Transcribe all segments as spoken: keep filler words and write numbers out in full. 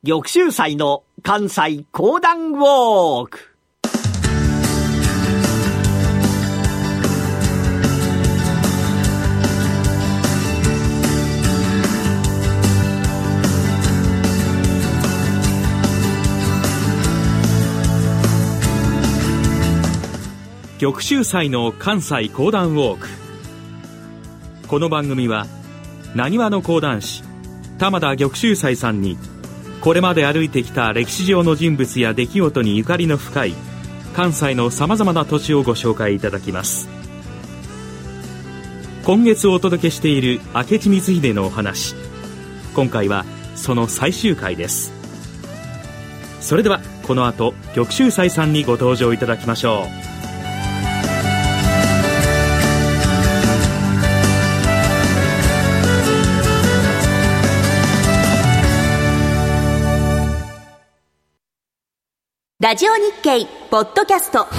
玉州祭の関西講談ウォーク。 玉州祭の関西講談ウォーク。この番組はなにわの講談師玉田玉州祭さんに、これまで歩いてきた歴史上の人物や出来事にゆかりの深い関西のさまざまな土地をご紹介いただきます。今月お届けしている明智光秀のお話、今回はその最終回です。それではこの後玉州祭さんにご登場いただきましょう。 ラジオ日経ポッドキャスト、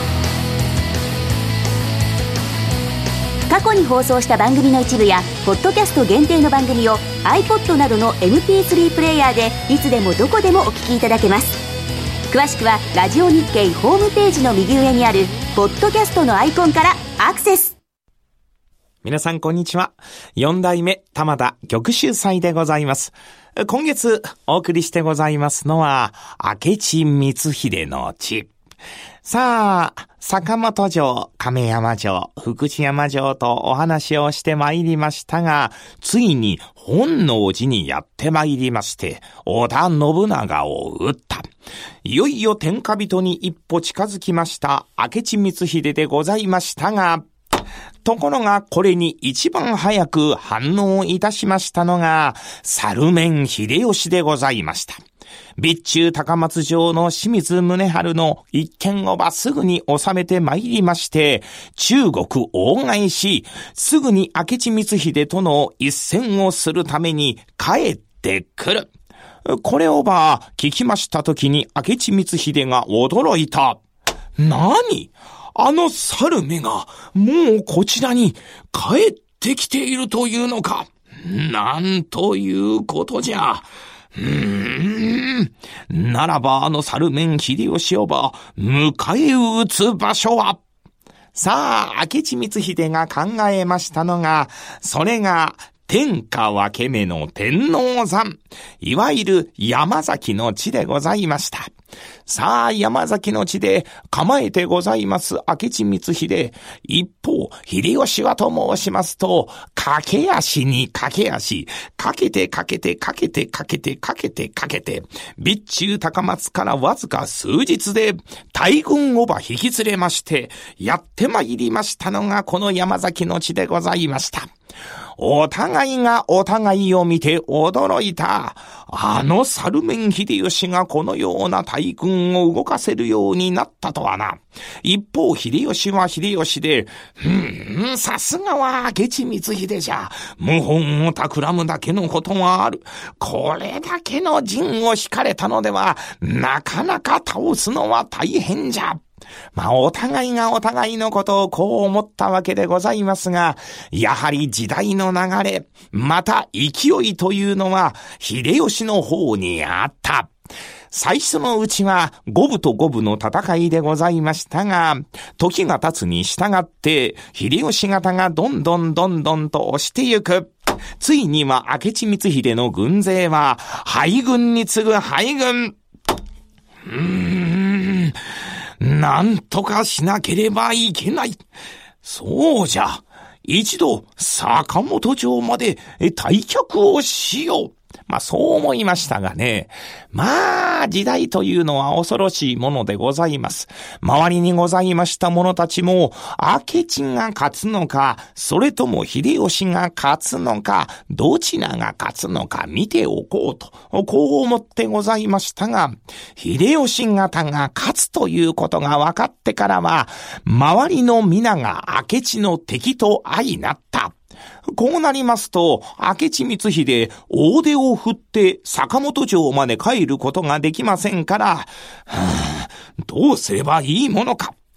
過去に放送した番組の一部やポッドキャスト限定の番組を iPod などの エムピースリー プレイヤーでいつでもどこでもお聞きいただけます。詳しくはラジオ日経ホームページの右上にあるポッドキャストのアイコンからアクセス。 皆さんこんにちは。よん代目玉田玉州祭でございます。今月お送りしてございますのは明智光秀の地。さあ、坂本城、亀山城、福知山城とお話をしてまいりましたが、ついに本能寺にやってまいりまして、織田信長を討った。いよいよ天下人に一歩近づきました明智光秀でございましたが、ところがこれに一番早く反応いたしましたのが猿面秀吉でございました。備中高松城の清水宗春の一件をばすぐに収めてまいりまして、中国大返し、すぐに明智光秀との一戦をするために帰ってくる。これをば聞きましたときに明智光秀が驚いた。何？あの猿めがもうこちらに帰ってきているというのか。なんということじゃ。うーん。ならばあの猿面秀吉をば迎え撃つ場所は。さあ、明智光秀が考えましたのが、それが天下分け目の天王山、いわゆる山崎の地でございました。さあ、山崎の地で構えてございます明智光秀。一方、秀吉はと申しますと、駆け足に駆け足、かけてかけてかけてかけてかけてかけて、備中高松からわずか数日で大軍をば引き連れまして、やってまいりましたのがこの山崎の地でございました。お互いがお互いを見て驚いた。あの猿面秀吉がこのような大軍を動かせるようになったとはな。一方秀吉は秀吉で、うーん、さすがは明智光秀じゃ。謀反を企むだけのことがある。これだけの陣を引かれたのでは、なかなか倒すのは大変じゃ。まあ、お互いがお互いのことをこう思ったわけでございますが、やはり時代の流れ、また勢いというのは秀吉の方にあった。最初のうちは五分と五分の戦いでございましたが、時が経つに従って秀吉方がどんどんどんどんと押してゆく。ついには明智光秀の軍勢は敗軍に次ぐ敗軍。うーん、なんとかしなければいけない。そうじゃ。一度坂本城まで退却をしよう。まあそう思いましたがね。まあ時代というのは恐ろしいものでございます。周りにございました者たちも明智が勝つのか、それとも秀吉が勝つのか、どちらが勝つのか見ておこうと、こう思ってございましたが、秀吉方が勝つということが分かってからは、周りの皆が明智の敵と相なった。こうなりますと、明智光秀、大手を振って坂本城まで帰ることができませんから、はあ、どうすればいいものか。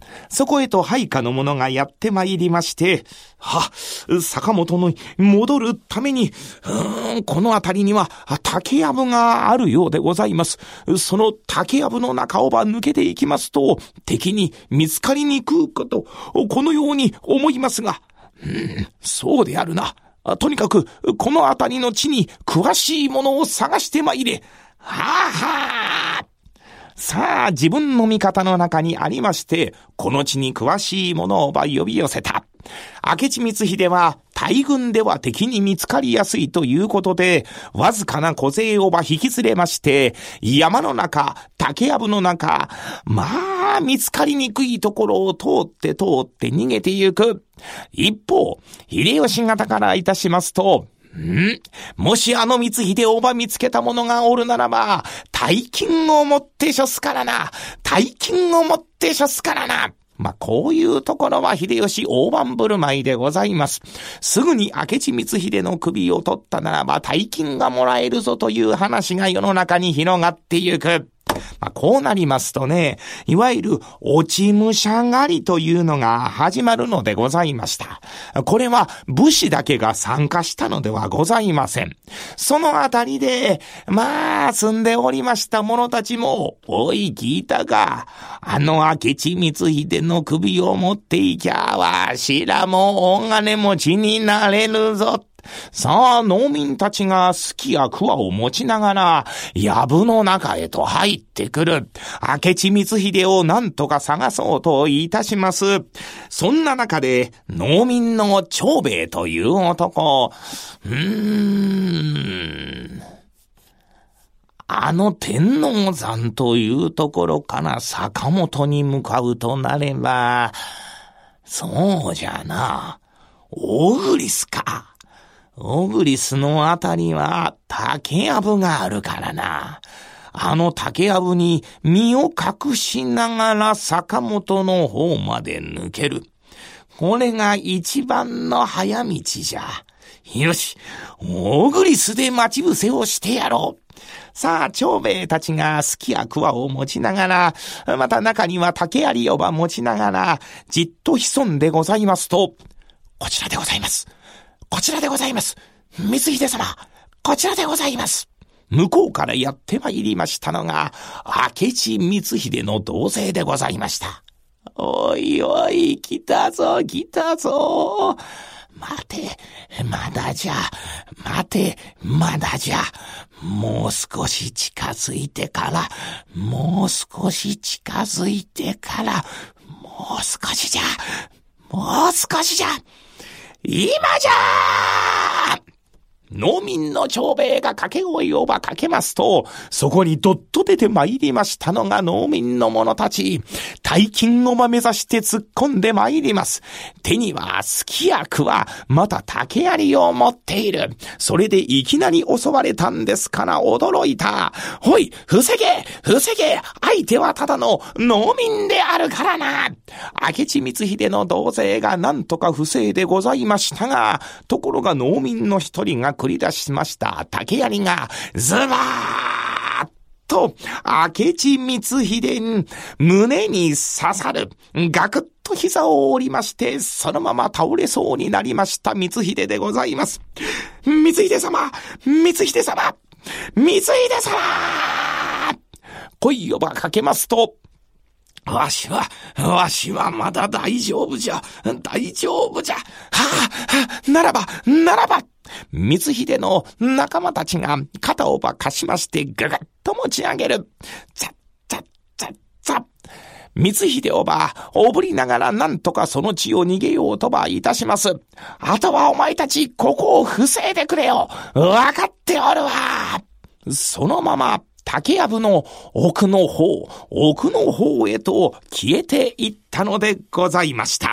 そこへと配下の者がやってまいりまして、は、坂本に戻るために、うーん、この辺りには竹やぶがあるようでございます。その竹やぶの中をば抜けていきますと、敵に見つかりにくいこと、このように思いますが、うん、そうであるな。とにかく、この辺りの地に詳しいものを探してまいれ。はあはあ。さあ、自分の味方の中にありまして、この地に詳しいものをば呼び寄せた。明智光秀は大軍では敵に見つかりやすいということで、わずかな小勢をば引き連れまして、山の中、竹やぶの中、まあ見つかりにくいところを通って通って逃げてゆく。一方、秀吉方からいたしますと、んもしあの光秀をば見つけた者がおるならば、大金を持って処すからな。大金を持って処すからな。まあ、こういうところは秀吉大盤振る舞いでございます。すぐに明智光秀の首を取ったならば大金がもらえるぞという話が世の中に広がってゆく。まあ、こうなりますとね、いわゆる落ち武者狩りというのが始まるのでございました。これは武士だけが参加したのではございません。そのあたりで、まあ住んでおりました者たちも、おい聞いたか、あの明智光秀の首を持っていきゃわしらも大金持ちになれるぞ。さあ、農民たちがすきやくわを持ちながら、藪の中へと入ってくる。明智光秀を何とか探そうといたします。そんな中で、農民の長兵衛という男、うーん、あの天王山というところから坂本に向かうとなれば、そうじゃな、大栗すか。大栗巣のあたりは竹やぶがあるからな。あの竹やぶに身を隠しながら坂本の方まで抜ける。これが一番の早道じゃ。よし、大栗巣で待ち伏せをしてやろう。さあ、長兵衛たちがすきやくわを持ちながら、また中には竹槍をば持ちながら、じっと潜んでございますと、こちらでございます。こちらでございます。光秀様、こちらでございます。向こうからやってまいりましたのが、明智光秀の同勢でございました。おいおい、来たぞ、来たぞ。待て、まだじゃ、待て、まだじゃ。もう少し近づいてから、もう少し近づいてから、もう少しじゃ、もう少しじゃ。今じゃー！農民の長兵衛が掛け声をばかけますと、そこにどっと出て参りましたのが農民の者たち。大金をば目指して突っ込んで参ります。手にはすきやくわ、また竹槍を持っている。それでいきなり襲われたんですから驚いた。ほい、防げ防げ、相手はただの農民であるからな。明智光秀の同勢がなんとか防いでございましたが、ところが農民の一人が繰り出しました竹槍がズバーッと明智光秀に胸に刺さる。ガクッと膝を折りまして、そのまま倒れそうになりました光秀でございます。光秀様、光秀様、光秀様、声をばかけますと、わしは、わしはまだ大丈夫じゃ。大丈夫じゃ。はあ、はあ、ならば、ならば。光秀の仲間たちが肩をば貸しましてぐぐっと持ち上げる。ザッザッザッザッ。光秀をばおぶりながらなんとかその血を逃げようとばいたします。あとはお前たちここを防いでくれよ。わかっておるわ。そのまま竹やぶの奥の方、奥の方へと消えていったのでございました。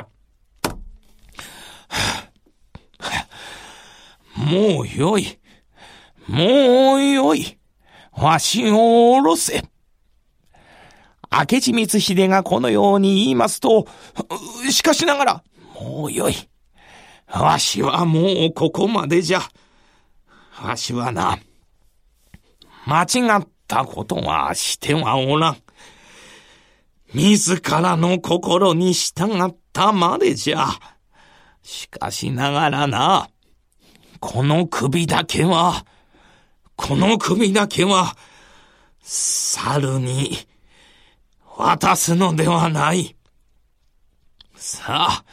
もうよい。もうよい。わしを下ろせ。明智光秀がこのように言いますと、しかしながら、もうよい。わしはもうここまでじゃ。わしはな、間違ったことはしてはおらん。 自らの心に従ったまでじゃ。しかしながらな、この首だけは、この首だけは、猿に渡すのではない。さあ、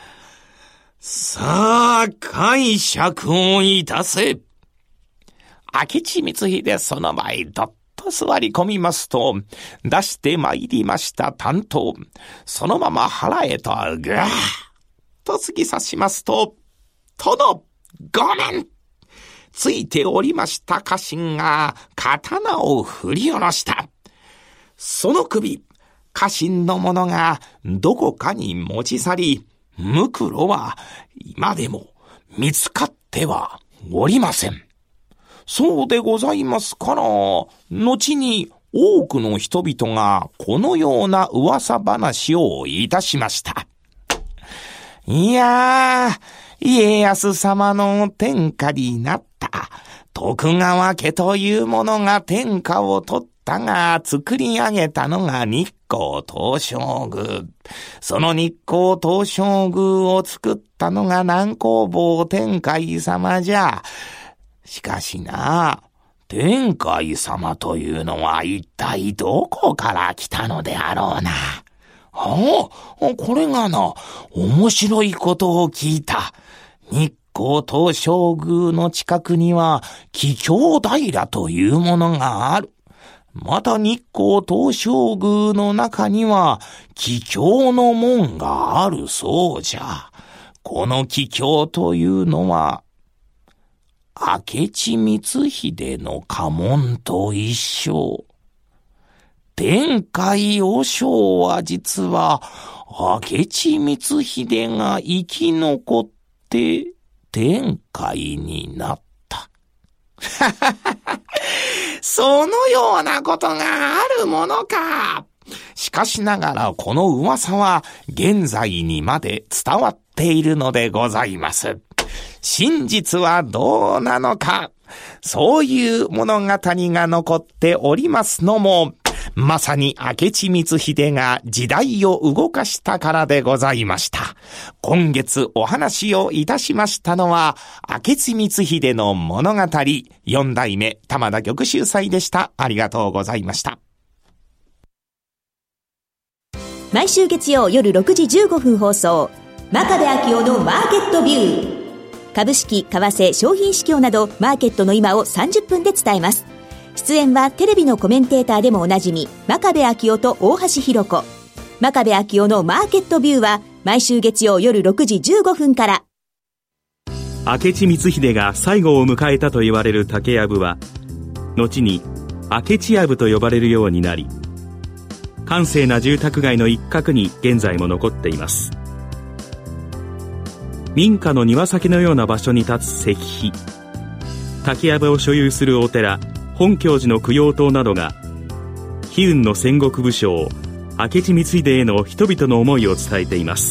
さあ、解釈をいたせ。明智光秀その前、どっと座り込みますと、出して参りました担当、そのまま腹へとぐわーっと突き刺しますと、殿、ごめん。ついておりました家臣が刀を振り下ろした。その首、家臣の者がどこかに持ち去り、婿は今でも見つかってはおりません。そうでございますから、後に多くの人々がこのような噂話をいたしました。いやー、家康様の天下になった徳川家というものが天下を取ったが、作り上げたのが日光東照宮。その日光東照宮を作ったのが南光坊天海様じゃ。しかしな、天海様というのは一体どこから来たのであろうな。ああ、これがな、面白いことを聞いた。日光東照宮の近くには、桔梗平というものがある。また日光東照宮の中には、桔梗の門があるそうじゃ。この桔梗というのは、明智光秀の家紋と一緒。天海和尚は実は、明智光秀が生き残って天海になった。そのようなことがあるものか。しかしながらこの噂は現在にまで伝わっているのでございます。真実はどうなのか。そういう物語が残っておりますのも、まさに明智光秀が時代を動かしたからでございました。今月お話をいたしましたのは、明智光秀の物語、四代目玉田玉秀斎でした。ありがとうございました。 毎週月曜夜ろくじじゅうごふん放送、真壁昭夫のマーケットビュー。株式、為替、商品市況などマーケットの今をさんじゅっぷんで伝えます。出演はテレビのコメンテーターでもおなじみ真壁昭夫と大橋ひろ子。真壁昭夫のマーケットビューは毎週月曜夜ろくじじゅうごふんから。 明智光秀が最後を迎えたと言われる竹やぶは、後に明智やぶと呼ばれるようになり、閑静な住宅街の一角に現在も残っています。民家の庭先のような場所に立つ石碑、竹やぶを所有するお寺本教寺の供養塔などが、悲運の戦国武将明智光秀への人々の思いを伝えています。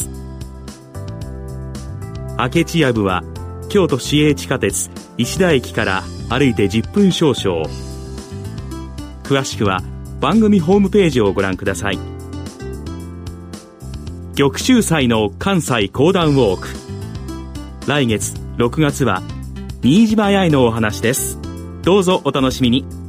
明智やぶは京都市営地下鉄石田駅から歩いてじゅっぷん少々。詳しくは番組ホームページをご覧ください。玉秀斎の関西講談ウォーク、来月ろくがつは新島八重のお話です。どうぞお楽しみに。